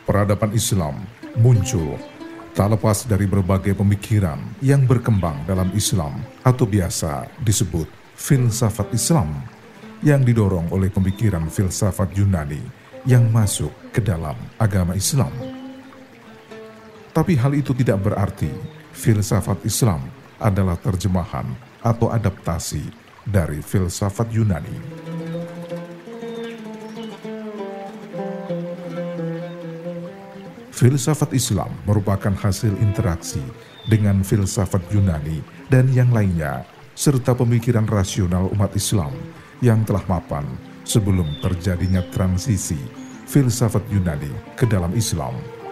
Peradaban Islam muncul tak lepas dari berbagai pemikiran yang berkembang dalam Islam atau biasa disebut filsafat Islam yang didorong oleh pemikiran filsafat Yunani yang masuk ke dalam agama Islam. Tapi hal itu tidak berarti filsafat Islam adalah terjemahan atau adaptasi dari filsafat Yunani. Filsafat Islam merupakan hasil interaksi dengan filsafat Yunani dan yang lainnya, serta pemikiran rasional umat Islam yang telah mapan sebelum terjadinya transisi filsafat Yunani ke dalam Islam.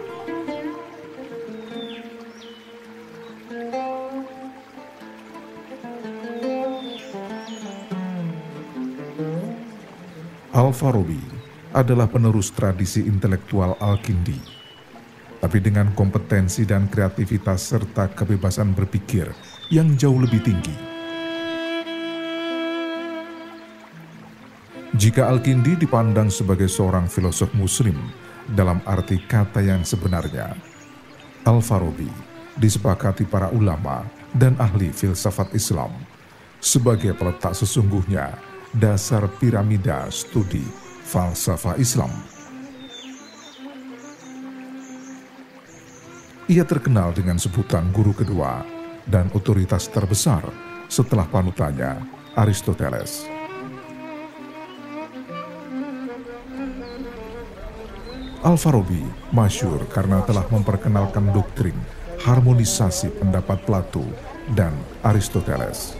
Al-Farabi adalah penerus tradisi intelektual Al-Kindi, tapi dengan kompetensi dan kreativitas serta kebebasan berpikir yang jauh lebih tinggi. Jika Al-Kindi dipandang sebagai seorang filosof muslim dalam arti kata yang sebenarnya, Al-Farabi disepakati para ulama dan ahli filsafat Islam sebagai peletak sesungguhnya dasar piramida studi falsafah Islam. Ia terkenal dengan sebutan guru kedua dan otoritas terbesar setelah panutannya Aristoteles. Al-Farabi masyhur karena telah memperkenalkan doktrin harmonisasi pendapat Plato dan Aristoteles.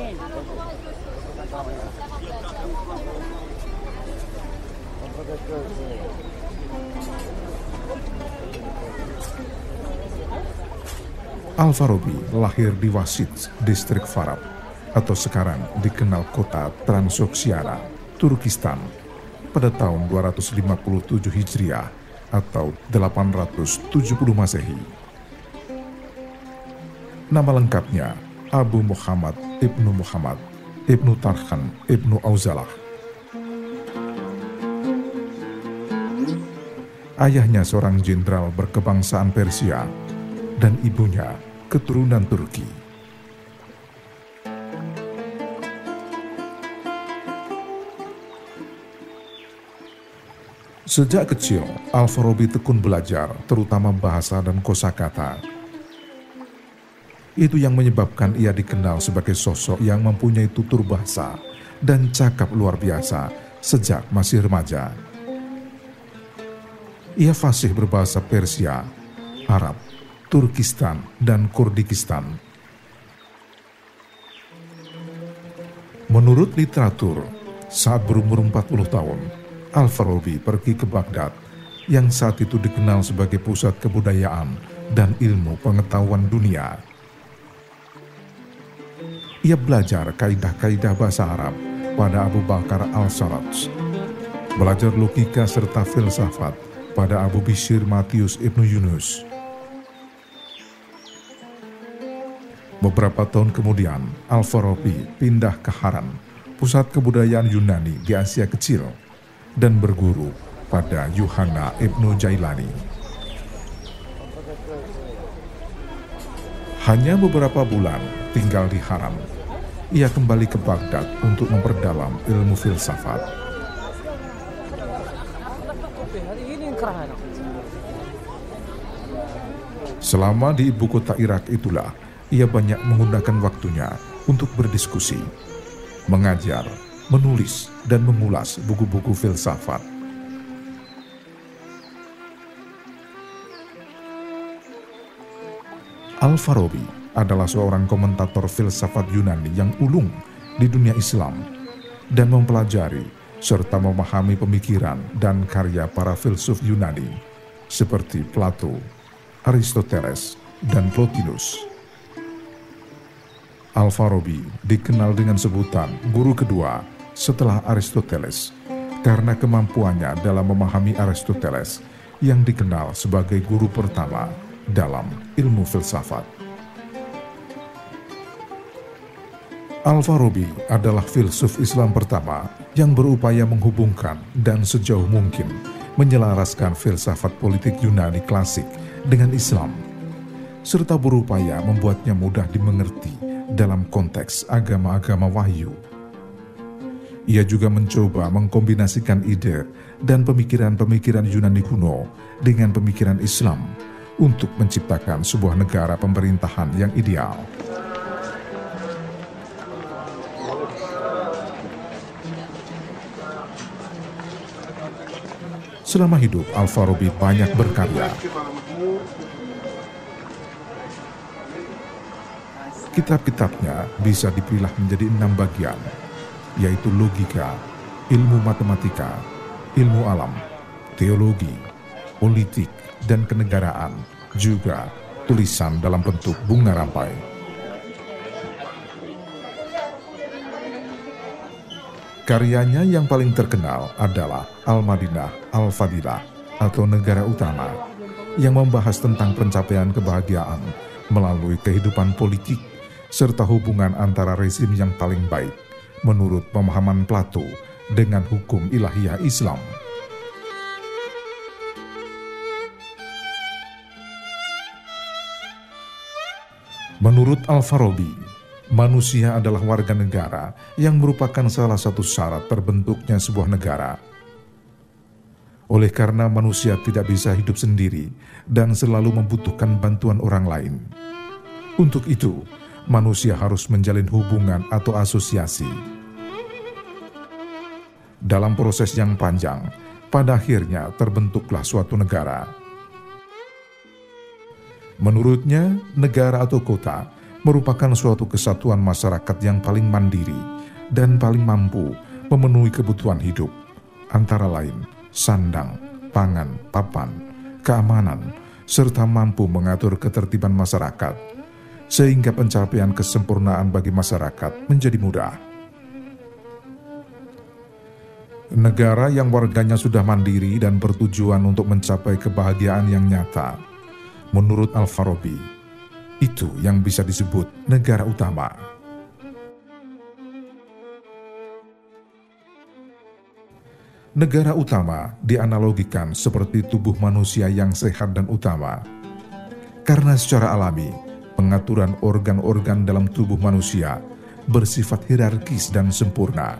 Al-Farabi lahir di Wasit, distrik Farab, atau sekarang dikenal kota Transoxiana, Turkistan, pada tahun 257 Hijriah atau 870 Masehi. Nama lengkapnya Abu Muhammad Ibnu Muhammad Ibnu Tarkhan Ibnu Auzalah. Ayahnya seorang jenderal berkebangsaan Persia dan ibunya keturunan Turki. Sejak kecil, Al-Farabi tekun belajar, terutama bahasa dan kosakata. Itu yang menyebabkan ia dikenal sebagai sosok yang mempunyai tutur bahasa dan cakap luar biasa sejak masih remaja. Ia fasih berbahasa Persia, Arab, Turkistan, dan Kurdistan. Menurut literatur, saat berumur 40 tahun, Al-Farabi pergi ke Baghdad yang saat itu dikenal sebagai pusat kebudayaan dan ilmu pengetahuan dunia. Ia belajar kaidah-kaidah bahasa Arab pada Abu Bakar al-Sarraj, belajar logika serta filsafat pada Abu Bishr Matius Ibnu Yunus. Beberapa tahun kemudian, Al-Farabi pindah ke Haran, pusat kebudayaan Yunani di Asia Kecil, dan berguru pada Yuhanna Ibnu Jailani. Hanya beberapa bulan tinggal di Haran, ia kembali ke Baghdad untuk memperdalam ilmu filsafat. Selama di ibu kota Irak itulah, ia banyak menggunakan waktunya untuk berdiskusi, mengajar, menulis, dan mengulas buku-buku filsafat. Al-Farabi adalah seorang komentator filsafat Yunani yang ulung di dunia Islam dan mempelajari serta memahami pemikiran dan karya para filsuf Yunani seperti Plato, Aristoteles, dan Plotinus. Al-Farabi dikenal dengan sebutan guru kedua setelah Aristoteles karena kemampuannya dalam memahami Aristoteles yang dikenal sebagai guru pertama dalam ilmu filsafat. Al-Farabi adalah filsuf Islam pertama yang berupaya menghubungkan dan sejauh mungkin menyelaraskan filsafat politik Yunani klasik dengan Islam, serta berupaya membuatnya mudah dimengerti dalam konteks agama-agama wahyu. Ia juga mencoba mengkombinasikan ide dan pemikiran-pemikiran Yunani kuno dengan pemikiran Islam untuk menciptakan sebuah negara pemerintahan yang ideal. Selama hidup, Al-Farabi banyak berkarya. Kitab-kitabnya bisa dipilah menjadi 6 bagian, yaitu logika, ilmu matematika, ilmu alam, teologi, politik, dan kenegaraan, juga tulisan dalam bentuk bunga rampai. Karyanya yang paling terkenal adalah Al-Madinah Al-Fadilah atau Negara Utama, yang membahas tentang pencapaian kebahagiaan melalui kehidupan politik serta hubungan antara rezim yang paling baik menurut pemahaman Plato dengan hukum ilahiyah Islam. Menurut Al-Farabi, manusia adalah warga negara yang merupakan salah satu syarat terbentuknya sebuah negara. Oleh karena manusia tidak bisa hidup sendiri dan selalu membutuhkan bantuan orang lain. Untuk itu, manusia harus menjalin hubungan atau asosiasi. Dalam proses yang panjang, pada akhirnya terbentuklah suatu negara. Menurutnya, negara atau kota merupakan suatu kesatuan masyarakat yang paling mandiri dan paling mampu memenuhi kebutuhan hidup, antara lain sandang, pangan, papan, keamanan, serta mampu mengatur ketertiban masyarakat, sehingga pencapaian kesempurnaan bagi masyarakat menjadi mudah. Negara yang warganya sudah mandiri dan bertujuan untuk mencapai kebahagiaan yang nyata, menurut Al-Farabi, itu yang bisa disebut negara utama. Negara utama dianalogikan seperti tubuh manusia yang sehat dan utama, karena secara alami pengaturan organ-organ dalam tubuh manusia bersifat hierarkis dan sempurna.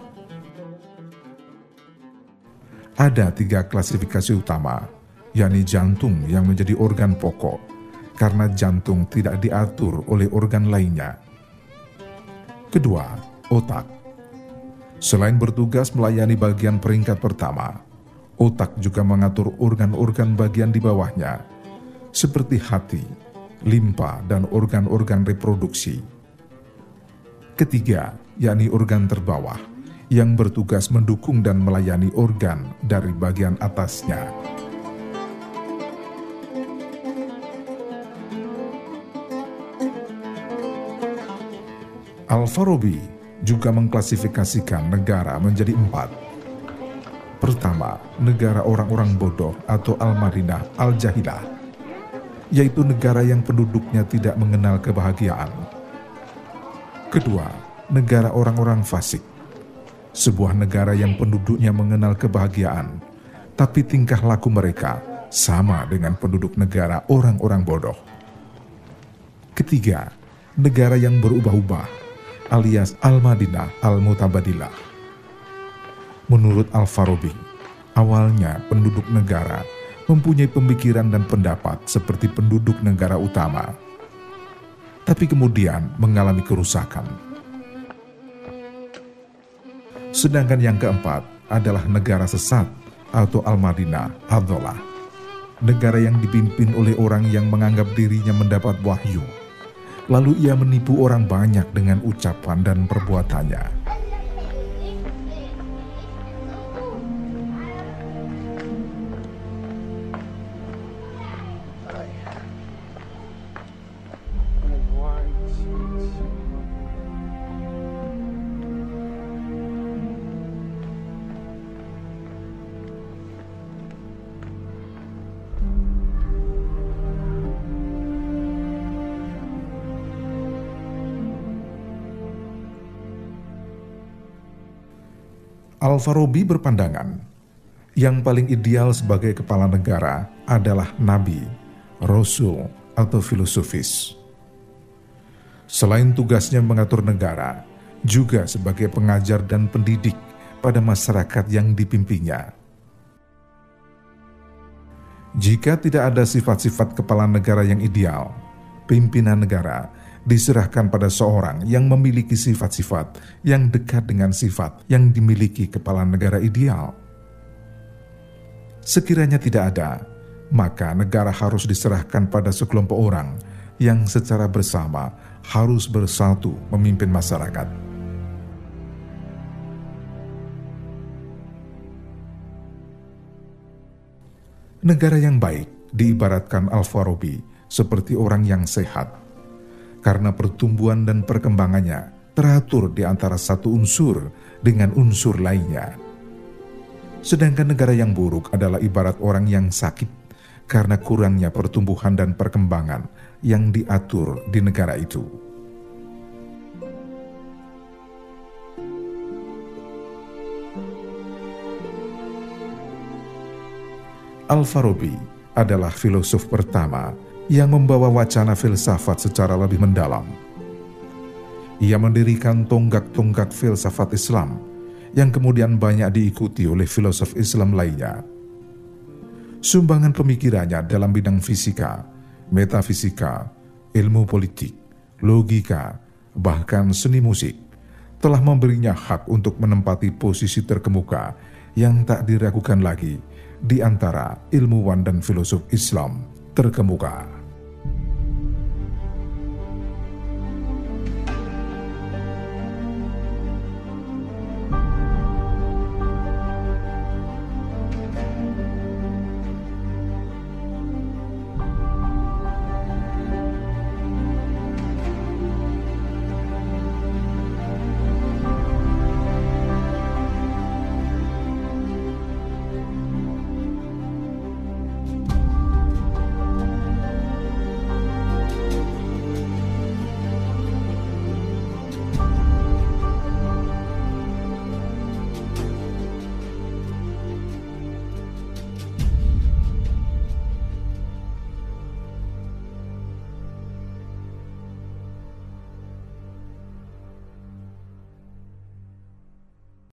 Ada 3 klasifikasi utama, yakni jantung yang menjadi organ pokok, karena jantung tidak diatur oleh organ lainnya. Kedua, otak. Selain bertugas melayani bagian peringkat pertama, otak juga mengatur organ-organ bagian di bawahnya, seperti hati, limpa, dan organ-organ reproduksi. Ketiga, yakni organ terbawah, yang bertugas mendukung dan melayani organ dari bagian atasnya. Al-Farabi juga mengklasifikasikan negara menjadi 4. Pertama, negara orang-orang bodoh atau Al-Madinah Al-Jahilah, yaitu negara yang penduduknya tidak mengenal kebahagiaan. Kedua, negara orang-orang fasik, sebuah negara yang penduduknya mengenal kebahagiaan, tapi tingkah laku mereka sama dengan penduduk negara orang-orang bodoh. Ketiga, negara yang berubah-ubah, alias Al-Madinah Al-Mutabadilah. Menurut Al-Farabi, awalnya penduduk negara mempunyai pemikiran dan pendapat seperti penduduk negara utama, tapi kemudian mengalami kerusakan. Sedangkan yang keempat adalah negara sesat atau Al-Madinah Ad-Dhalah, negara yang dipimpin oleh orang yang menganggap dirinya mendapat wahyu, lalu ia menipu orang banyak dengan ucapan dan perbuatannya. Al-Farabi berpandangan, Yang paling ideal sebagai kepala negara adalah nabi, rasul, atau filosofis. Selain tugasnya mengatur negara, juga sebagai pengajar dan pendidik pada masyarakat yang dipimpinnya. Jika tidak ada sifat-sifat kepala negara yang ideal, pimpinan negara diserahkan pada seorang yang memiliki sifat-sifat yang dekat dengan sifat yang dimiliki kepala negara ideal. Sekiranya tidak ada, maka negara harus diserahkan pada sekelompok orang yang secara bersama harus bersatu memimpin masyarakat. Negara yang baik diibaratkan Al-Farabi seperti orang yang sehat, karena pertumbuhan dan perkembangannya teratur di antara satu unsur dengan unsur lainnya. Sedangkan negara yang buruk adalah ibarat orang yang sakit karena kurangnya pertumbuhan dan perkembangan yang diatur di negara itu. Al-Farabi adalah filosof pertama yang membawa wacana filsafat secara lebih mendalam. Ia mendirikan tonggak-tonggak filsafat Islam yang kemudian banyak diikuti oleh filosof Islam lainnya. Sumbangan pemikirannya dalam bidang fisika, metafisika, ilmu politik, logika, bahkan seni musik telah memberinya hak untuk menempati posisi terkemuka yang tak diragukan lagi di antara ilmuwan dan filosof Islam terkemuka.